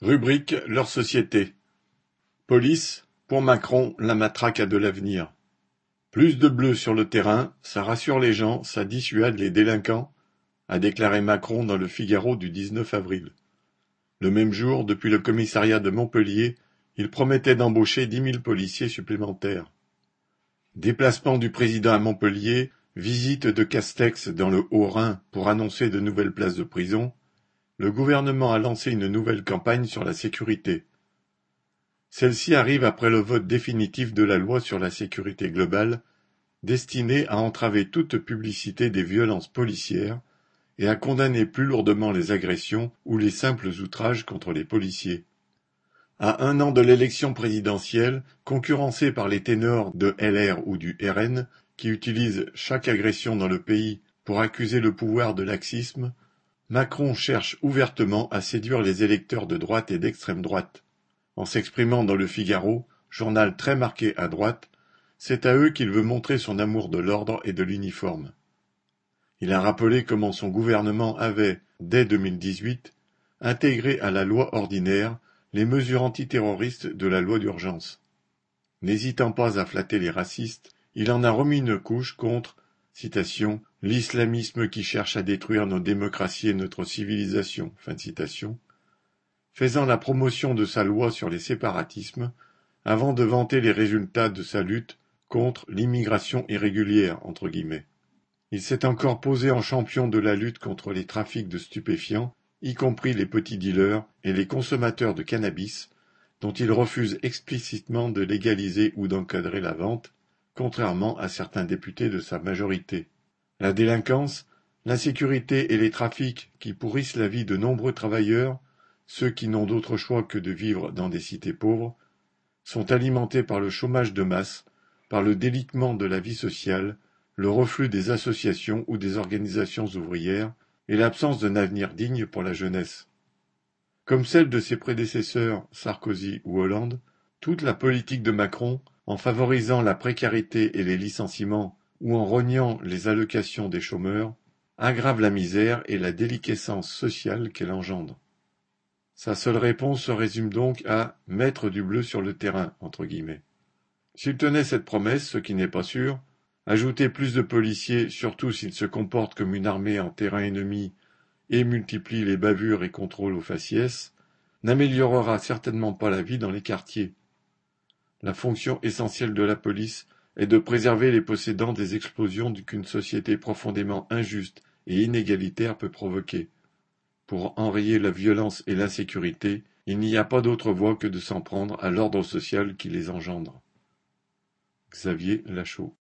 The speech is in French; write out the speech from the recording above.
Rubrique leur société. Police, pour Macron, la matraque a de l'avenir. Plus de bleu sur le terrain, ça rassure les gens, ça dissuade les délinquants, a déclaré Macron dans le Figaro du 19 avril. Le même jour, depuis le commissariat de Montpellier, il promettait d'embaucher 10 000 policiers supplémentaires. Déplacement du président à Montpellier, visite de Castex dans le Haut-Rhin pour annoncer de nouvelles places de prison, le gouvernement a lancé une nouvelle campagne sur la sécurité. Celle-ci arrive après le vote définitif de la loi sur la sécurité globale, destinée à entraver toute publicité des violences policières et à condamner plus lourdement les agressions ou les simples outrages contre les policiers. À 1 an de l'élection présidentielle, concurrencée par les ténors de LR ou du RN, qui utilisent chaque agression dans le pays pour accuser le pouvoir de laxisme, Macron cherche ouvertement à séduire les électeurs de droite et d'extrême droite. En s'exprimant dans Le Figaro, journal très marqué à droite, c'est à eux qu'il veut montrer son amour de l'ordre et de l'uniforme. Il a rappelé comment son gouvernement avait, dès 2018, intégré à la loi ordinaire les mesures antiterroristes de la loi d'urgence. N'hésitant pas à flatter les racistes, il en a remis une couche contre, citation, « l'islamisme qui cherche à détruire nos démocraties et notre civilisation », fin de citation, faisant la promotion de sa loi sur les séparatismes, avant de vanter les résultats de sa lutte contre l'immigration irrégulière, entre guillemets. Il s'est encore posé en champion de la lutte contre les trafics de stupéfiants, y compris les petits dealers et les consommateurs de cannabis, dont il refuse explicitement de légaliser ou d'encadrer la vente, contrairement à certains députés de sa majorité. La délinquance, l'insécurité et les trafics qui pourrissent la vie de nombreux travailleurs, ceux qui n'ont d'autre choix que de vivre dans des cités pauvres, sont alimentés par le chômage de masse, par le délitement de la vie sociale, le reflux des associations ou des organisations ouvrières et l'absence d'un avenir digne pour la jeunesse. Comme celle de ses prédécesseurs Sarkozy ou Hollande, toute la politique de Macron, en favorisant la précarité et les licenciements ou en rognant les allocations des chômeurs, aggrave la misère et la déliquescence sociale qu'elle engendre. Sa seule réponse se résume donc à « mettre du bleu sur le terrain ». Entre guillemets. S'il tenait cette promesse, ce qui n'est pas sûr, ajouter plus de policiers, surtout s'ils se comportent comme une armée en terrain ennemi et multiplie les bavures et contrôles aux faciès, n'améliorera certainement pas la vie dans les quartiers. La fonction essentielle de la police est de préserver les possédants des explosions qu'une société profondément injuste et inégalitaire peut provoquer. Pour enrayer la violence et l'insécurité, il n'y a pas d'autre voie que de s'en prendre à l'ordre social qui les engendre. Xavier Lachaud.